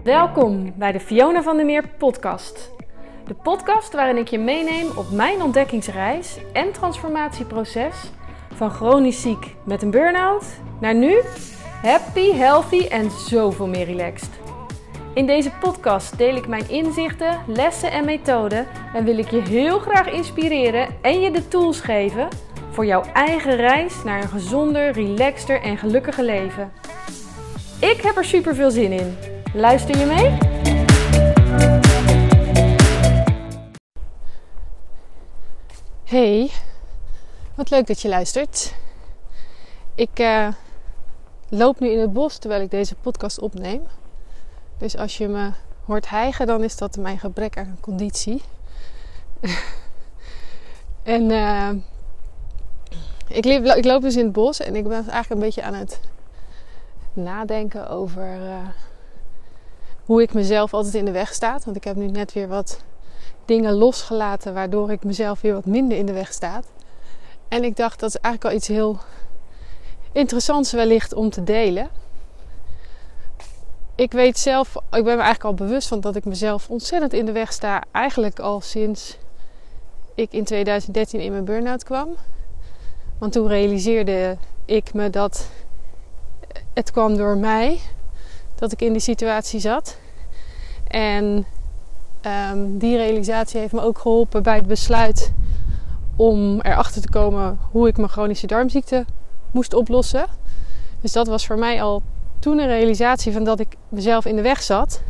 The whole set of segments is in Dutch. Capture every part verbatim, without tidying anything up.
Welkom bij de Fiona van der Meer podcast. De podcast waarin ik je meeneem op mijn ontdekkingsreis en transformatieproces van chronisch ziek met een burn-out naar nu happy, healthy en zoveel meer relaxed. In deze podcast deel ik mijn inzichten, lessen en methoden en wil ik je heel graag inspireren en je de tools geven voor jouw eigen reis naar een gezonder, relaxter en gelukkiger leven. Ik heb er super veel zin in. Luister je mee? Hey, wat leuk dat je luistert. Ik uh, loop nu in het bos terwijl ik deze podcast opneem. Dus als je me hoort hijgen, dan is dat mijn gebrek aan conditie. en uh, ik, liep, ik loop dus in het bos en ik ben eigenlijk een beetje aan het nadenken over uh, hoe ik mezelf altijd in de weg sta. Want ik heb nu net weer wat dingen losgelaten waardoor ik mezelf weer wat minder in de weg sta. En ik dacht, dat is eigenlijk wel iets heel interessants wellicht om te delen. Ik weet zelf, ik ben me eigenlijk al bewust van dat ik mezelf ontzettend in de weg sta. Eigenlijk al sinds ik in twintig dertien in mijn burn-out kwam. Want toen realiseerde ik me dat het kwam door mij dat ik in die situatie zat. En um, die realisatie heeft me ook geholpen bij het besluit om erachter te komen hoe ik mijn chronische darmziekte moest oplossen. Dus dat was voor mij al toen een realisatie van dat ik mezelf in de weg zat.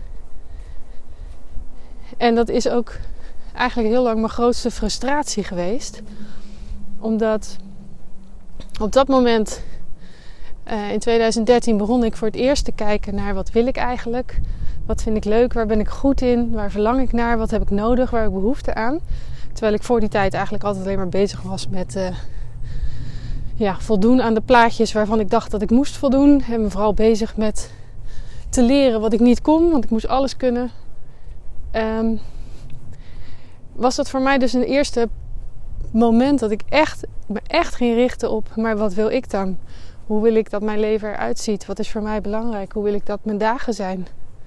En dat is ook eigenlijk heel lang mijn grootste frustratie geweest. Omdat op dat moment, uh, in twintig dertien, begon ik voor het eerst te kijken naar wat wil ik eigenlijk. Wat vind ik leuk, waar ben ik goed in, waar verlang ik naar, wat heb ik nodig, waar heb ik behoefte aan. Terwijl ik voor die tijd eigenlijk altijd alleen maar bezig was met uh, ja, voldoen aan de plaatjes waarvan ik dacht dat ik moest voldoen. En me vooral bezig met te leren wat ik niet kon, want ik moest alles kunnen. Um, was dat voor mij dus een eerste moment dat ik echt, me echt ging richten op, maar wat wil ik dan? Hoe wil ik dat mijn leven eruit ziet? Wat is voor mij belangrijk? Hoe wil ik dat mijn dagen zijn?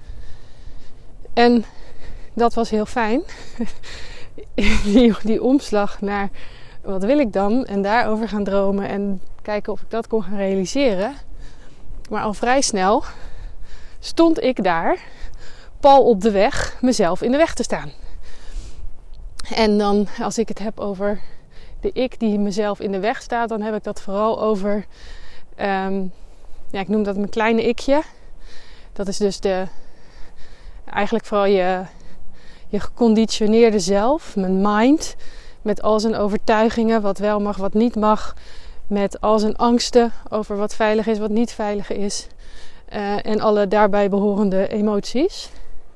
En dat was heel fijn. die, die omslag naar wat wil ik dan? En daarover gaan dromen en kijken of ik dat kon gaan realiseren. Maar al vrij snel stond ik daar, pal op de weg, mezelf in de weg te staan. En dan, als ik het heb over de ik die mezelf in de weg staat, dan heb ik dat vooral over, um, ja, ik noem dat mijn kleine ikje. Dat is dus de, eigenlijk vooral je, je geconditioneerde zelf, mijn mind, met al zijn overtuigingen, wat wel mag, wat niet mag, met al zijn angsten over wat veilig is, wat niet veilig is, uh, en alle daarbij behorende emoties.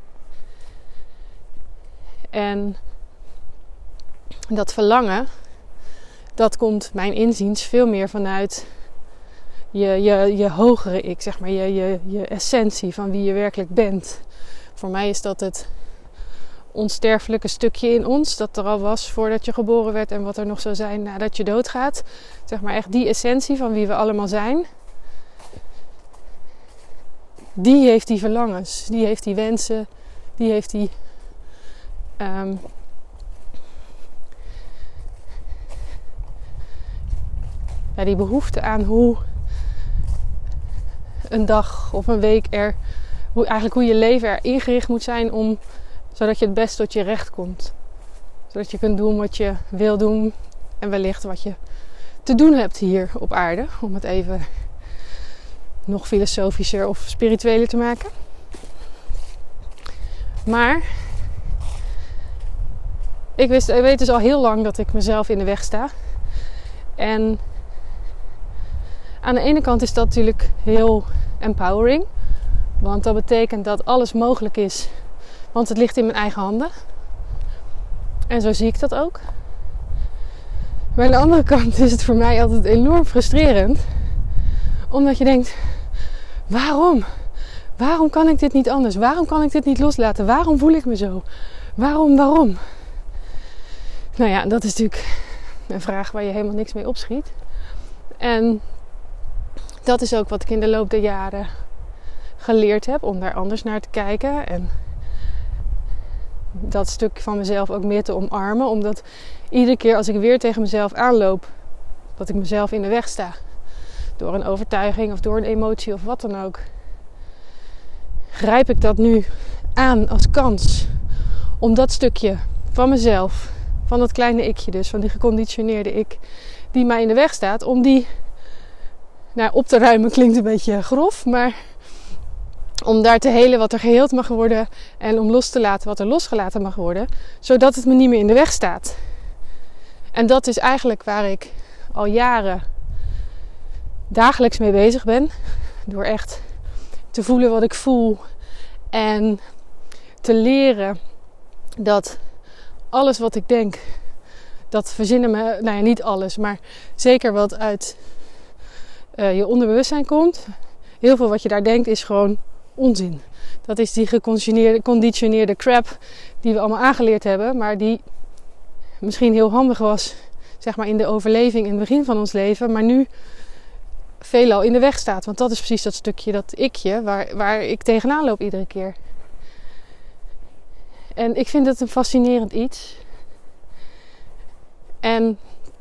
En dat verlangen, dat komt mijn inziens veel meer vanuit je, je, je hogere ik, zeg maar, je, je, je essentie van wie je werkelijk bent. Voor mij is dat het onsterfelijke stukje in ons dat er al was voordat je geboren werd en wat er nog zou zijn nadat je doodgaat. Zeg maar echt die essentie van wie we allemaal zijn. Die heeft die verlangens, die heeft die wensen, die heeft die um, ja, die behoefte aan hoe een dag of een week er, hoe, eigenlijk hoe je leven er ingericht moet zijn om, zodat je het best tot je recht komt. Zodat je kunt doen wat je wil doen en wellicht wat je te doen hebt hier op aarde. Om het even nog filosofischer of spiritueler te maken. Maar ik, wist, ik weet dus al heel lang dat ik mezelf in de weg sta. En aan de ene kant is dat natuurlijk heel empowering. Want dat betekent dat alles mogelijk is. Want het ligt in mijn eigen handen. En zo zie ik dat ook. Maar aan de andere kant is het voor mij altijd enorm frustrerend. Omdat je denkt, waarom? Waarom kan ik dit niet anders? Waarom kan ik dit niet loslaten? Waarom voel ik me zo? Waarom, waarom? Nou ja, dat is natuurlijk een vraag waar je helemaal niks mee opschiet. En dat is ook wat ik in de loop der jaren geleerd heb om daar anders naar te kijken. En dat stuk van mezelf ook meer te omarmen. Omdat iedere keer als ik weer tegen mezelf aanloop, dat ik mezelf in de weg sta. Door een overtuiging of door een emotie of wat dan ook. Grijp ik dat nu aan als kans om dat stukje van mezelf, van dat kleine ikje dus, van die geconditioneerde ik, die mij in de weg staat, om die nou, op te ruimen klinkt een beetje grof, maar om daar te helen wat er geheeld mag worden en om los te laten wat er losgelaten mag worden, zodat het me niet meer in de weg staat. En dat is eigenlijk waar ik al jaren dagelijks mee bezig ben, door echt te voelen wat ik voel en te leren dat alles wat ik denk, dat verzinnen me, nou ja, niet alles, maar zeker wat uit uh, je onderbewustzijn komt. Heel veel wat je daar denkt is gewoon onzin. Dat is die geconditioneerde crap die we allemaal aangeleerd hebben, maar die misschien heel handig was, zeg maar in de overleving in het begin van ons leven, maar nu veelal in de weg staat. Want dat is precies dat stukje, dat ikje, waar, waar ik tegenaan loop iedere keer. En ik vind het een fascinerend iets. En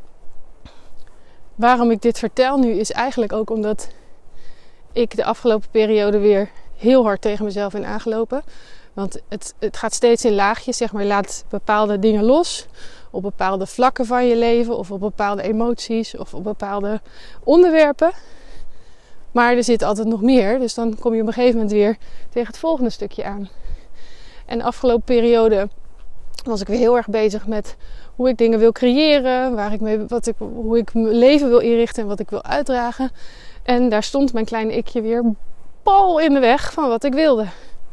waarom ik dit vertel nu is eigenlijk ook omdat ik de afgelopen periode weer heel hard tegen mezelf ben aangelopen. Want het, het gaat steeds in laagjes, zeg maar. Je laat bepaalde dingen los op bepaalde vlakken van je leven of op bepaalde emoties of op bepaalde onderwerpen. Maar er zit altijd nog meer, dus dan kom je op een gegeven moment weer tegen het volgende stukje aan. En de afgelopen periode was ik weer heel erg bezig met hoe ik dingen wil creëren, waar ik mee, wat ik, hoe ik mijn leven wil inrichten en wat ik wil uitdragen. En daar stond mijn kleine ikje weer pal in de weg van wat ik wilde.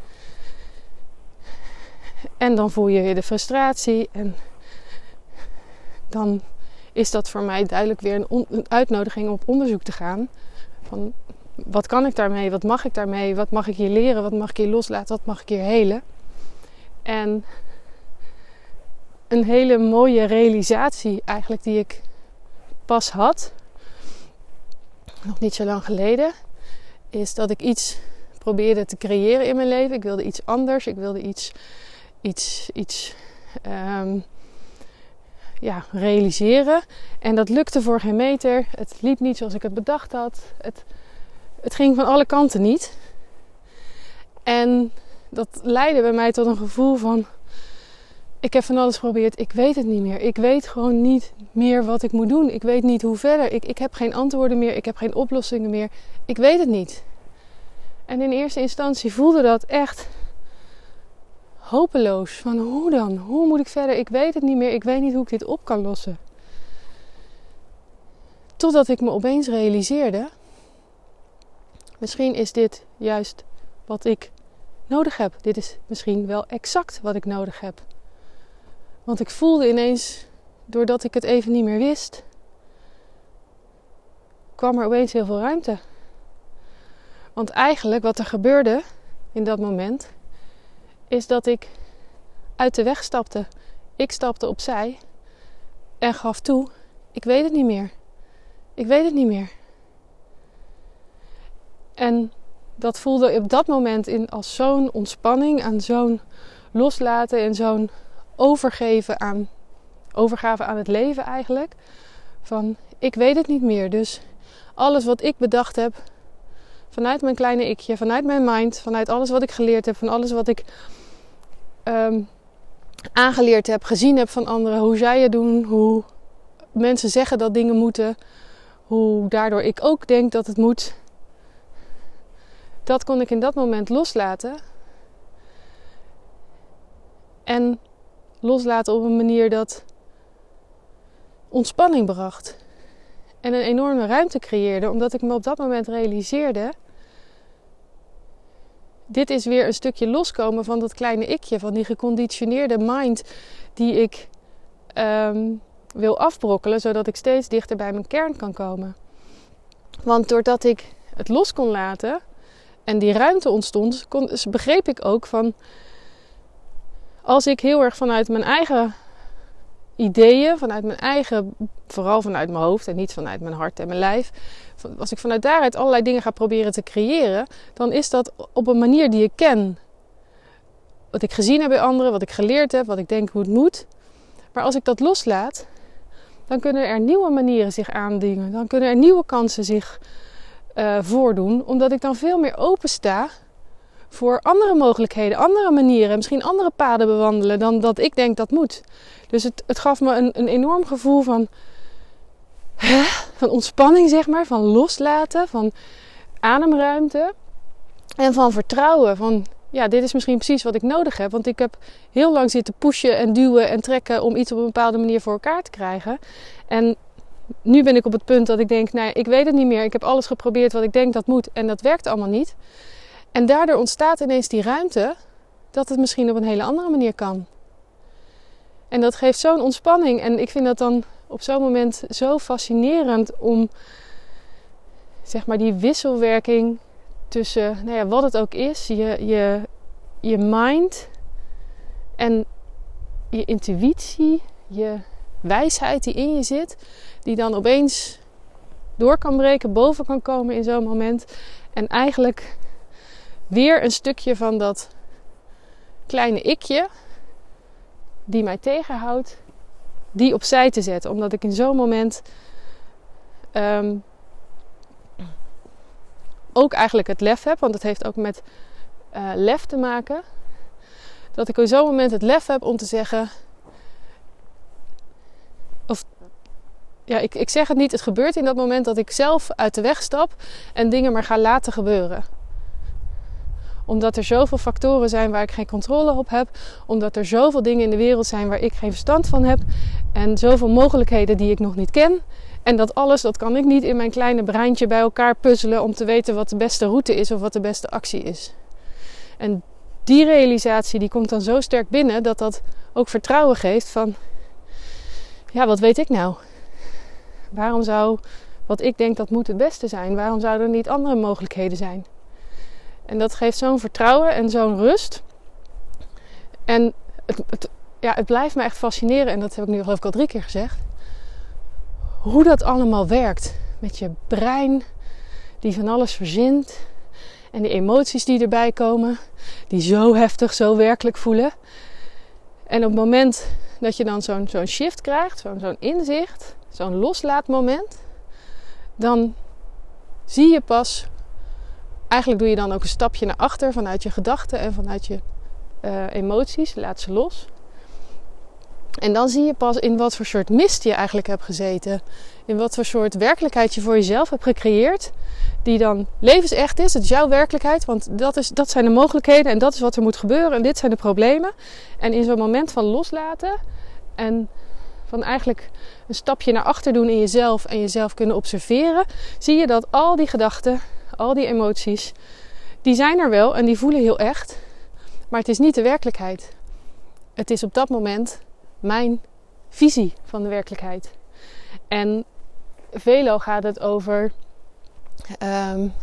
En dan voel je weer de frustratie en dan is dat voor mij duidelijk weer een, on- een uitnodiging om op onderzoek te gaan. Van wat kan ik daarmee, wat mag ik daarmee, wat mag ik hier leren, wat mag ik hier loslaten, wat mag ik hier helen. En een hele mooie realisatie eigenlijk die ik pas had, nog niet zo lang geleden, is dat ik iets probeerde te creëren in mijn leven. Ik wilde iets anders, ik wilde iets, iets, iets um, ja, realiseren. En dat lukte voor geen meter. Het liep niet zoals ik het bedacht had. Het, het ging van alle kanten niet. En dat leidde bij mij tot een gevoel van, ik heb van alles geprobeerd, ik weet het niet meer. Ik weet gewoon niet meer wat ik moet doen. Ik weet niet hoe verder. Ik, ik heb geen antwoorden meer, ik heb geen oplossingen meer. Ik weet het niet. En in eerste instantie voelde dat echt hopeloos. Van hoe dan? Hoe moet ik verder? Ik weet het niet meer. Ik weet niet hoe ik dit op kan lossen. Totdat ik me opeens realiseerde, misschien is dit juist wat ik nodig heb. Dit is misschien wel exact wat ik nodig heb. Want ik voelde ineens, doordat ik het even niet meer wist, kwam er opeens heel veel ruimte. Want eigenlijk wat er gebeurde in dat moment, is dat ik uit de weg stapte. Ik stapte opzij en gaf toe, ik weet het niet meer. Ik weet het niet meer. En dat voelde op dat moment in als zo'n ontspanning, aan zo'n loslaten en zo'n overgeven aan, overgave aan het leven eigenlijk. Van, ik weet het niet meer. Dus alles wat ik bedacht heb, vanuit mijn kleine ikje, vanuit mijn mind, vanuit alles wat ik geleerd heb, van alles wat ik um, aangeleerd heb, gezien heb van anderen, hoe zij het doen, hoe mensen zeggen dat dingen moeten, hoe daardoor ik ook denk dat het moet. Dat kon ik in dat moment loslaten. En loslaten op een manier dat ontspanning bracht. En een enorme ruimte creëerde. Omdat ik me op dat moment realiseerde, dit is weer een stukje loskomen van dat kleine ikje. Van die geconditioneerde mind die ik um, wil afbrokkelen. Zodat ik steeds dichter bij mijn kern kan komen. Want doordat ik het los kon laten en die ruimte ontstond, kon, begreep ik ook van, als ik heel erg vanuit mijn eigen ideeën, vanuit mijn eigen, vooral vanuit mijn hoofd en niet vanuit mijn hart en mijn lijf. Als ik vanuit daaruit allerlei dingen ga proberen te creëren, dan is dat op een manier die ik ken. Wat ik gezien heb bij anderen, wat ik geleerd heb, wat ik denk hoe het moet. Maar als ik dat loslaat, dan kunnen er nieuwe manieren zich aandienen. Dan kunnen er nieuwe kansen zich uh, voordoen. Omdat ik dan veel meer open sta voor andere mogelijkheden, andere manieren. Misschien andere paden bewandelen dan dat ik denk dat moet. Dus het, het gaf me een, een enorm gevoel van, hè, van ontspanning, zeg maar. Van loslaten, van ademruimte. En van vertrouwen. Van, ja, dit is misschien precies wat ik nodig heb. Want ik heb heel lang zitten pushen en duwen en trekken om iets op een bepaalde manier voor elkaar te krijgen. En nu ben ik op het punt dat ik denk, nou, ik weet het niet meer. Ik heb alles geprobeerd wat ik denk dat moet en dat werkt allemaal niet. En daardoor ontstaat ineens die ruimte dat het misschien op een hele andere manier kan. En dat geeft zo'n ontspanning. En ik vind dat dan op zo'n moment zo fascinerend om, zeg maar, die wisselwerking tussen, nou ja, wat het ook is, je, je, je mind en je intuïtie, je wijsheid die in je zit, die dan opeens door kan breken, boven kan komen in zo'n moment. En eigenlijk weer een stukje van dat kleine ikje die mij tegenhoudt, die opzij te zetten. Omdat ik in zo'n moment um, ook eigenlijk het lef heb, want het heeft ook met uh, lef te maken. Dat ik in zo'n moment het lef heb om te zeggen, of ja, ik, ik zeg het niet, het gebeurt in dat moment dat ik zelf uit de weg stap en dingen maar ga laten gebeuren. Omdat er zoveel factoren zijn waar ik geen controle op heb. Omdat er zoveel dingen in de wereld zijn waar ik geen verstand van heb. En zoveel mogelijkheden die ik nog niet ken. En dat alles, dat kan ik niet in mijn kleine breintje bij elkaar puzzelen om te weten wat de beste route is of wat de beste actie is. En die realisatie die komt dan zo sterk binnen dat dat ook vertrouwen geeft van, ja, wat weet ik nou? Waarom zou wat ik denk dat moet het beste zijn? Waarom zouden er niet andere mogelijkheden zijn? En dat geeft zo'n vertrouwen en zo'n rust. En het, het, ja, het blijft me echt fascineren. En dat heb ik nu geloof ik al drie keer gezegd. Hoe dat allemaal werkt. Met je brein die van alles verzint. En die emoties die erbij komen. Die zo heftig, zo werkelijk voelen. En op het moment dat je dan zo'n, zo'n shift krijgt. Zo'n, zo'n inzicht. Zo'n loslaatmoment. Dan zie je pas. Eigenlijk doe je dan ook een stapje naar achter vanuit je gedachten en vanuit je uh, emoties. Laat ze los. En dan zie je pas in wat voor soort mist je eigenlijk hebt gezeten. In wat voor soort werkelijkheid je voor jezelf hebt gecreëerd. Die dan levensecht is. Het is jouw werkelijkheid. Want dat, is, dat zijn de mogelijkheden en dat is wat er moet gebeuren. En dit zijn de problemen. En in zo'n moment van loslaten. En van eigenlijk een stapje naar achter doen in jezelf. En jezelf kunnen observeren. Zie je dat al die gedachten, al die emoties, die zijn er wel en die voelen heel echt. Maar het is niet de werkelijkheid. Het is op dat moment mijn visie van de werkelijkheid. En veelal gaat het over um,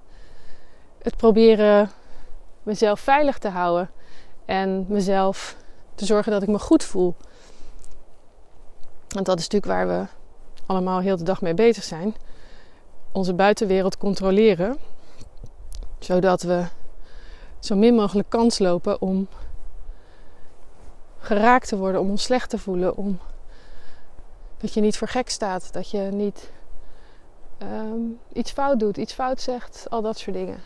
het proberen mezelf veilig te houden. En mezelf te zorgen dat ik me goed voel. Want dat is natuurlijk waar we allemaal heel de dag mee bezig zijn. Onze buitenwereld controleren. Zodat we zo min mogelijk kans lopen om geraakt te worden. Om ons slecht te voelen. Om dat je niet voor gek staat. Dat je niet um, iets fout doet. Iets fout zegt. Al dat soort dingen.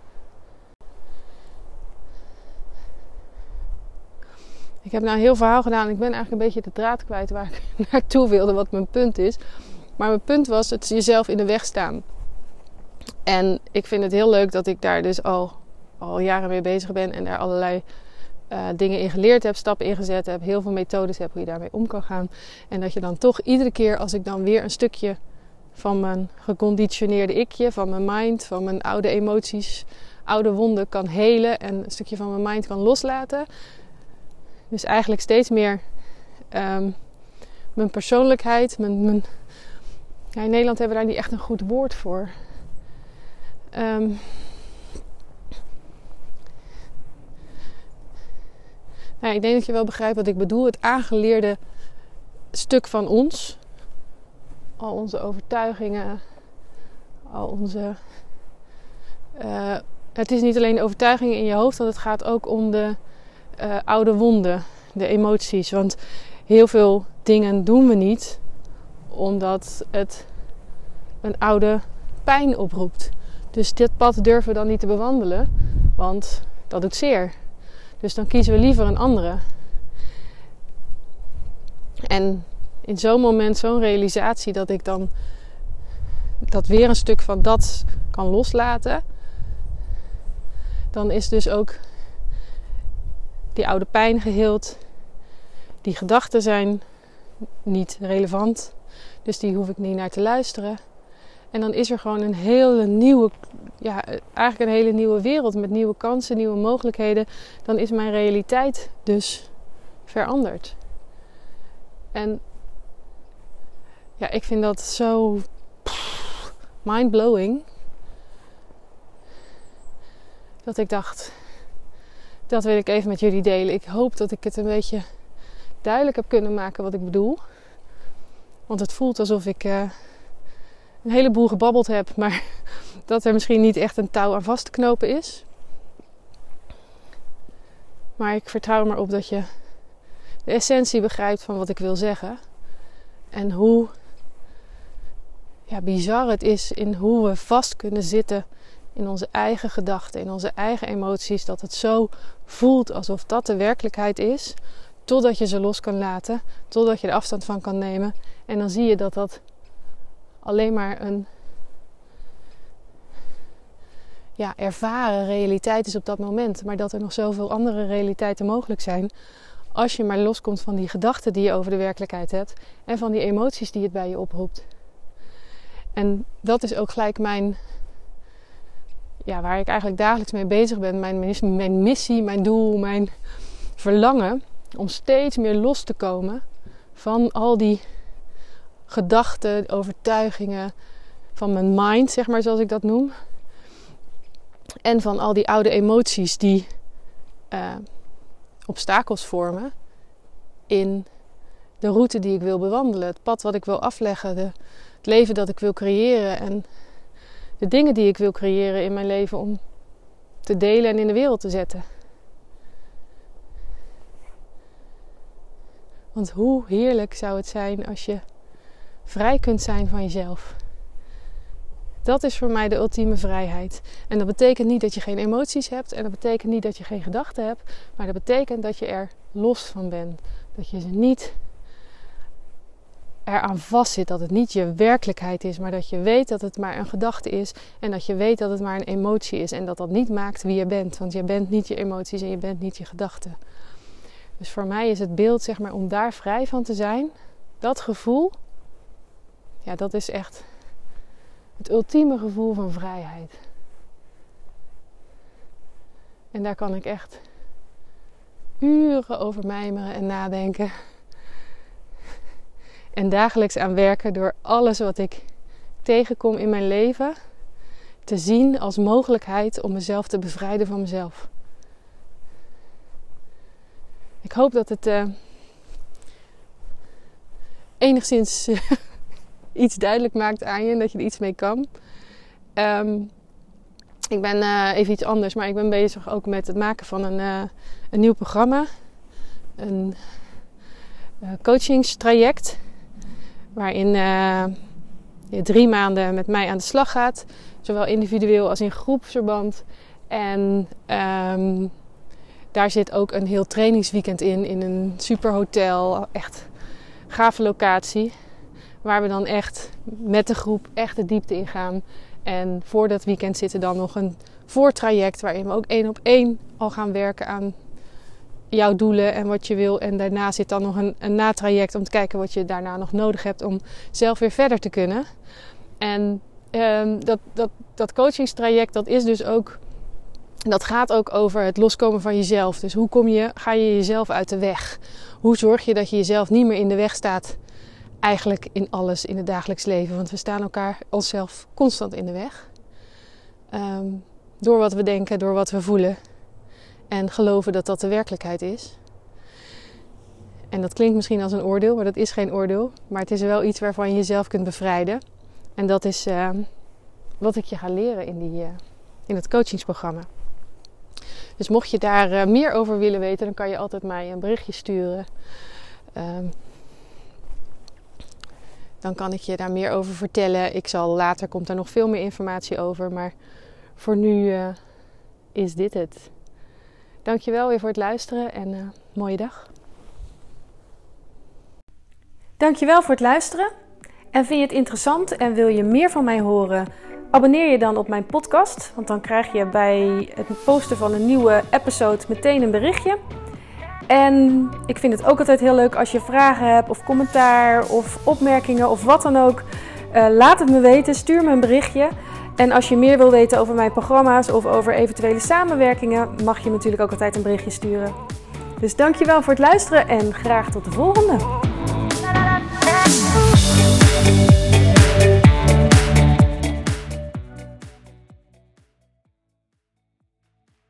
Ik heb nou een heel verhaal gedaan. Ik ben eigenlijk een beetje de draad kwijt waar ik naartoe wilde. Wat mijn punt is. Maar mijn punt was het jezelf in de weg staan. En ik vind het heel leuk dat ik daar dus al, al jaren mee bezig ben. En daar allerlei uh, dingen in geleerd heb. Stappen in gezet heb. Heel veel methodes heb hoe je daarmee om kan gaan. En dat je dan toch iedere keer als ik dan weer een stukje van mijn geconditioneerde ikje. Van mijn mind. Van mijn oude emoties. Oude wonden kan helen. En een stukje van mijn mind kan loslaten. Dus eigenlijk steeds meer um, mijn persoonlijkheid. Mijn, mijn, ja, in Nederland hebben we daar niet echt een goed woord voor. Um, nou, ik denk dat je wel begrijpt wat ik bedoel. Het aangeleerde stuk van ons. Al onze overtuigingen. Al onze... Uh, het is niet alleen de overtuigingen in je hoofd. Want het gaat ook om de uh, oude wonden. De emoties. Want heel veel dingen doen we niet. Omdat het een oude pijn oproept. Dus dit pad durven we dan niet te bewandelen. Want dat doet zeer. Dus dan kiezen we liever een andere. En in zo'n moment, zo'n realisatie, dat ik dan dat weer een stuk van dat kan loslaten. Dan is dus ook die oude pijn geheeld. Die gedachten zijn niet relevant. Dus die hoef ik niet naar te luisteren. En dan is er gewoon een hele nieuwe, ja, eigenlijk een hele nieuwe wereld met nieuwe kansen, nieuwe mogelijkheden. Dan is mijn realiteit dus veranderd. En ja, ik vind dat zo mind-blowing. Dat ik dacht, dat wil ik even met jullie delen. Ik hoop dat ik het een beetje duidelijk heb kunnen maken wat ik bedoel. Want het voelt alsof ik uh, een heleboel gebabbeld heb, maar dat er misschien niet echt een touw aan vast te knopen is. Maar ik vertrouw er maar op dat je de essentie begrijpt van wat ik wil zeggen. En hoe ja, bizar het is in hoe we vast kunnen zitten in onze eigen gedachten, in onze eigen emoties. Dat het zo voelt alsof dat de werkelijkheid is. Totdat je ze los kan laten. Totdat je er afstand van kan nemen. En dan zie je dat dat alleen maar een ja, ervaren realiteit is op dat moment. Maar dat er nog zoveel andere realiteiten mogelijk zijn. Als je maar loskomt van die gedachten die je over de werkelijkheid hebt. En van die emoties die het bij je oproept. En dat is ook gelijk mijn... Ja, waar ik eigenlijk dagelijks mee bezig ben. Mijn, mijn missie, mijn doel, mijn verlangen. Om steeds meer los te komen van al die gedachten, overtuigingen. Van mijn mind, zeg maar, zoals ik dat noem. En van al die oude emoties die uh, obstakels vormen in de route die ik wil bewandelen. Het pad wat ik wil afleggen. De, het leven dat ik wil creëren. En de dingen die ik wil creëren in mijn leven om te delen en in de wereld te zetten. Want hoe heerlijk zou het zijn als je vrij kunt zijn van jezelf. Dat is voor mij de ultieme vrijheid. En dat betekent niet dat je geen emoties hebt. En dat betekent niet dat je geen gedachten hebt. Maar dat betekent dat je er los van bent. Dat je ze niet eraan vastzit. Dat het niet je werkelijkheid is. Maar dat je weet dat het maar een gedachte is. En dat je weet dat het maar een emotie is. En dat dat niet maakt wie je bent. Want je bent niet je emoties en je bent niet je gedachten. Dus voor mij is het beeld, zeg maar, om daar vrij van te zijn. Dat gevoel. Ja, dat is echt het ultieme gevoel van vrijheid. En daar kan ik echt uren over mijmeren en nadenken. En dagelijks aan werken door alles wat ik tegenkom in mijn leven te zien als mogelijkheid om mezelf te bevrijden van mezelf. Ik hoop dat het uh, enigszins uh, iets duidelijk maakt aan je en dat je er iets mee kan. Um, ik ben uh, even iets anders, maar ik ben bezig ook met het maken van een, uh, een nieuw programma. Een uh, coachingstraject waarin uh, je drie maanden met mij aan de slag gaat. Zowel individueel als in groepsverband. En um, daar zit ook een heel trainingsweekend in, in een superhotel. Echt gave locatie. Waar we dan echt met de groep echt de diepte in gaan. En voor dat weekend zit er dan nog een voortraject waarin we ook één op één al gaan werken aan jouw doelen en wat je wil. En daarna zit dan nog een, een natraject om te kijken wat je daarna nog nodig hebt om zelf weer verder te kunnen. En um, dat, dat, dat coachingstraject, dat is dus ook, dat gaat ook over het loskomen van jezelf. Dus hoe kom je, ga je jezelf uit de weg? Hoe zorg je dat je jezelf niet meer in de weg staat? Eigenlijk in alles in het dagelijks leven. Want we staan elkaar onszelf constant in de weg. Um, door wat we denken, door wat we voelen. En geloven dat dat de werkelijkheid is. En dat klinkt misschien als een oordeel, maar dat is geen oordeel. Maar het is wel iets waarvan je jezelf kunt bevrijden. En dat is uh, wat ik je ga leren in, die, uh, in het coachingsprogramma. Dus mocht je daar uh, meer over willen weten, dan kan je altijd mij een berichtje sturen. Uh, dan kan ik je daar meer over vertellen. Ik zal later, komt er nog veel meer informatie over. Maar voor nu uh, is dit het. Dankjewel weer voor het luisteren en uh, mooie dag. Dankjewel voor het luisteren. En vind je het interessant en wil je meer van mij horen? Abonneer je dan op mijn podcast. Want dan krijg je bij het posten van een nieuwe episode meteen een berichtje. En ik vind het ook altijd heel leuk als je vragen hebt of commentaar of opmerkingen of wat dan ook. Uh, laat het me weten, stuur me een berichtje. En als je meer wil weten over mijn programma's of over eventuele samenwerkingen, mag je natuurlijk ook altijd een berichtje sturen. Dus dankjewel voor het luisteren en graag tot de volgende.